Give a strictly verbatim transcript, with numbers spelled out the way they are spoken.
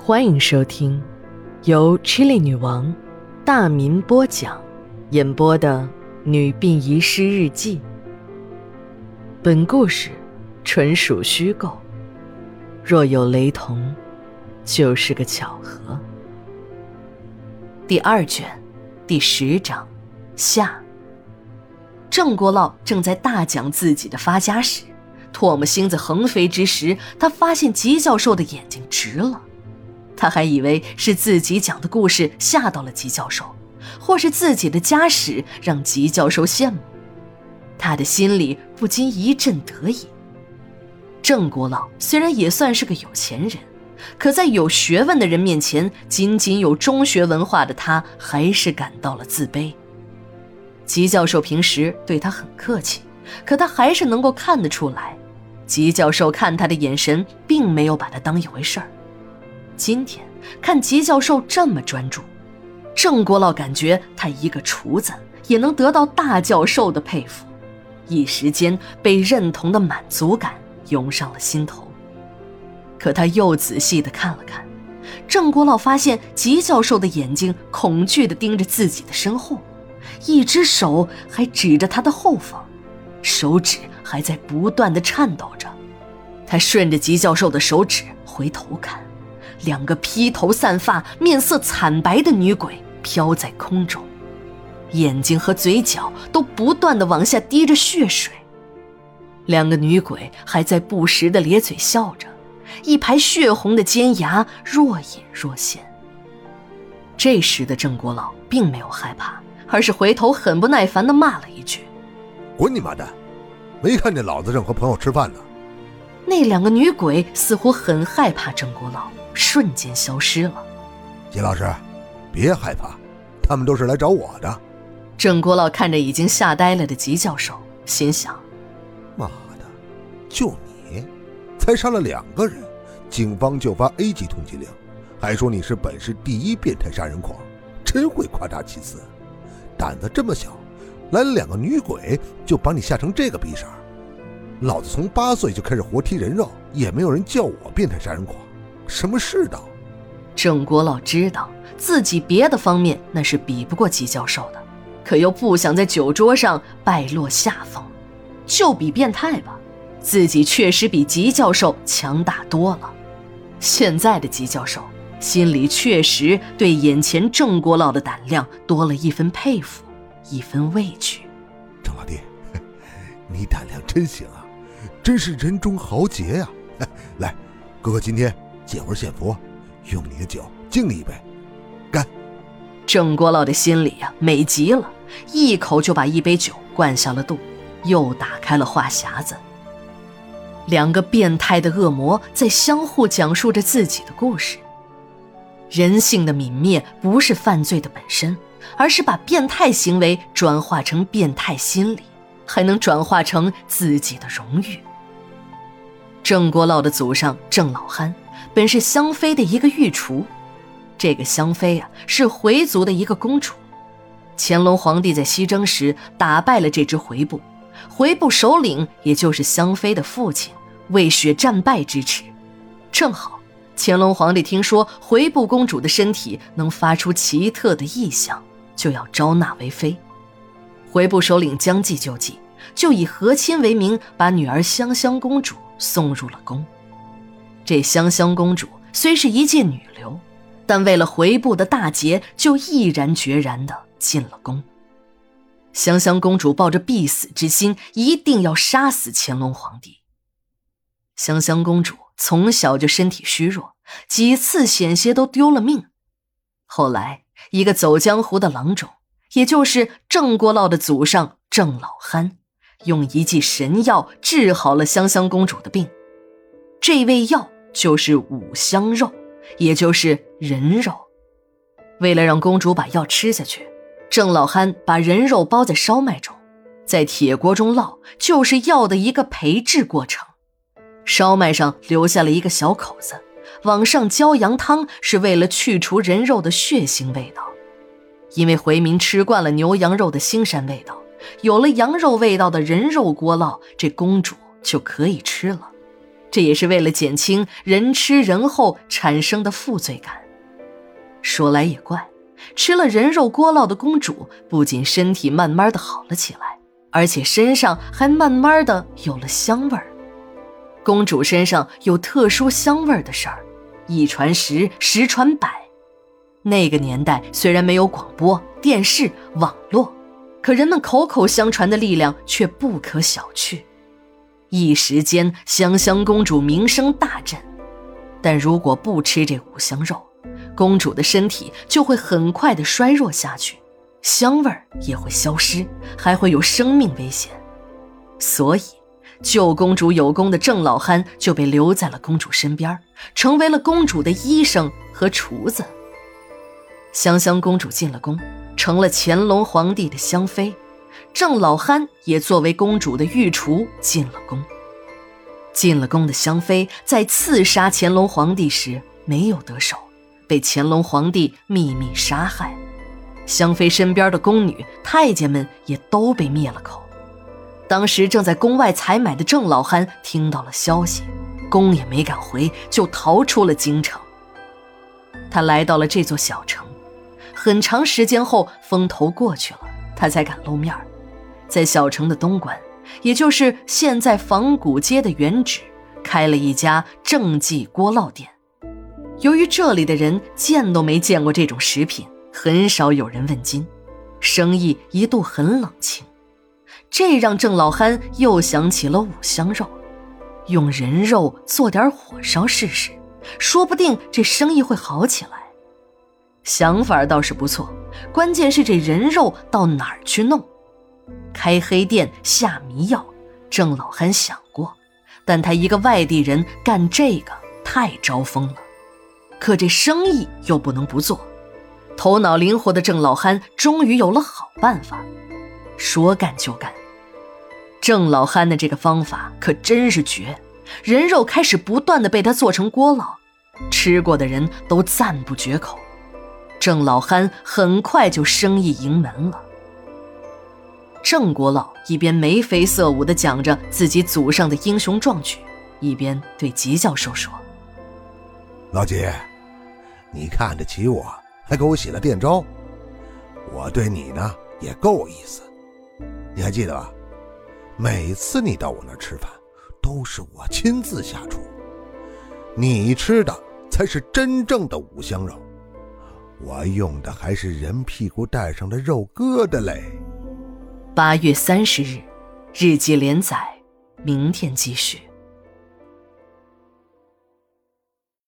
欢迎收听由 Chili 女王大民播讲演播的女病遗失日记。本故事纯属虚构，若有雷同，就是个巧合。第二卷第十章下。郑国老正在大讲自己的发家史，唾沫星子横飞之时，他发现吉教授的眼睛直了。他还以为是自己讲的故事吓到了吉教授，或是自己的家史让吉教授羡慕。他的心里不禁一阵得意。郑国老虽然也算是个有钱人，可在有学问的人面前，仅仅有中学文化的他还是感到了自卑。吉教授平时对他很客气，可他还是能够看得出来，吉教授看他的眼神并没有把他当一回事儿。今天看吉教授这么专注，郑国老感觉他一个厨子也能得到大教授的佩服，一时间被认同的满足感涌上了心头。可他又仔细地看了看，郑国老发现吉教授的眼睛恐惧地盯着自己的身后，一只手还指着他的后方，手指还在不断地颤抖着。他顺着吉教授的手指回头看，两个披头散发、面色惨白的女鬼飘在空中，眼睛和嘴角都不断地往下滴着血水。两个女鬼还在不时地咧嘴笑着，一排血红的尖牙若隐若现。这时的郑国老并没有害怕，而是回头很不耐烦地骂了一句： 滚你妈的，没看见老子正和朋友吃饭呢。 那两个女鬼似乎很害怕郑国老，瞬间消失了。 吉老师别害怕，他们都是来找我的。 郑国老看着已经吓呆了的吉教授，心想： 妈的，就你才杀了两个人，警方就发 A 级通缉令，还说你是本市第一变态杀人狂，真会夸大其词。胆子这么小，来了两个女鬼就把你吓成这个逼色。老子从八岁就开始活踢人肉，也没有人叫我变态杀人狂，什么世道？ 郑国老知道自己别的方面那是比不过吉教授的，可又不想在酒桌上败落下风。就比变态吧，自己确实比吉教授强大多了。现在的吉教授心里确实对眼前郑国老的胆量多了一分佩服，一分畏惧。 郑老弟，你胆量真行啊，真是人中豪杰呀、啊！来，哥哥今天借会儿献佛，用你的酒敬你一杯，干！ 郑国老的心里呀、啊、美极了，一口就把一杯酒灌下了肚，又打开了话匣子。两个变态的恶魔在相互讲述着自己的故事。人性的泯灭不是犯罪的本身，而是把变态行为转化成变态心理，还能转化成自己的荣誉。郑国老的祖上郑老憨本是香妃的一个御厨，这个香妃啊是回族的一个公主。乾隆皇帝在西征时打败了这支回部，回部首领也就是香妃的父亲魏雪战败之耻。正好乾隆皇帝听说回部公主的身体能发出奇特的异象，就要招纳为妃。回部首领将计就计，就以和亲为名把女儿香香公主送入了宫。这香香公主虽是一介女流，但为了回部的大捷，就毅然决然地进了宫。香香公主抱着必死之心，一定要杀死乾隆皇帝。香香公主从小就身体虚弱，几次险些都丢了命。后来一个走江湖的郎中，也就是郑国老的祖上郑老憨，用一剂神药治好了香香公主的病。这味药就是五香肉，也就是人肉。为了让公主把药吃下去，郑老憨把人肉包在烧麦中，在铁锅中烙，就是药的一个培制过程。烧麦上留下了一个小口子，往上浇羊汤，是为了去除人肉的血腥味道。因为回民吃惯了牛羊肉的腥膻味道，有了羊肉味道的人肉锅烙，这公主就可以吃了。 这也是为了减轻人吃人后产生的负罪感。说来也怪，吃了人肉锅烙的公主不仅身体慢慢的好了起来，而且身上还慢慢的有了香味儿。公主身上有特殊香味儿的事儿，一传十，十传百。那个年代虽然没有广播、电视、网络，可人们口口相传的力量却不可小觑。一时间香香公主名声大振，但如果不吃这五香肉，公主的身体就会很快的衰弱下去，香味儿也会消失，还会有生命危险。所以救公主有功的郑老憨就被留在了公主身边，成为了公主的医生和厨子。香香公主进了宫，成了乾隆皇帝的香妃，郑老憨也作为公主的御厨进了宫。进了宫的香妃在刺杀乾隆皇帝时没有得手，被乾隆皇帝秘密杀害。香妃身边的宫女、太监们也都被灭了口。当时正在宫外采买的郑老憨听到了消息，宫也没敢回，就逃出了京城。他来到了这座小城，很长时间后风头过去了，他才敢露面。在小城的东关，也就是现在仿古街的原址，开了一家郑记锅烙店。由于这里的人见都没见过这种食品，很少有人问津，生意一度很冷清。这让郑老憨又想起了五香肉，用人肉做点火烧试试，说不定这生意会好起来。想法倒是不错，关键是这人肉到哪儿去弄？开黑店下迷药，郑老憨想过，但他一个外地人干这个太招风了。可这生意又不能不做，头脑灵活的郑老憨终于有了好办法，说干就干。郑老憨的这个方法可真是绝，人肉开始不断地被他做成锅烙，吃过的人都赞不绝口。郑老憨很快就生意盈门了。郑锅烙一边眉飞色舞地讲着自己祖上的英雄壮举，一边对吉教授说： 老吉，你看得起我，还给我写了电招，我对你呢也够意思。你还记得吧？每次你到我那儿吃饭，都是我亲自下厨，你吃的才是真正的五香肉，我用的还是人屁股带上的肉疙瘩嘞。 八月三十日，日记连载，明天继续。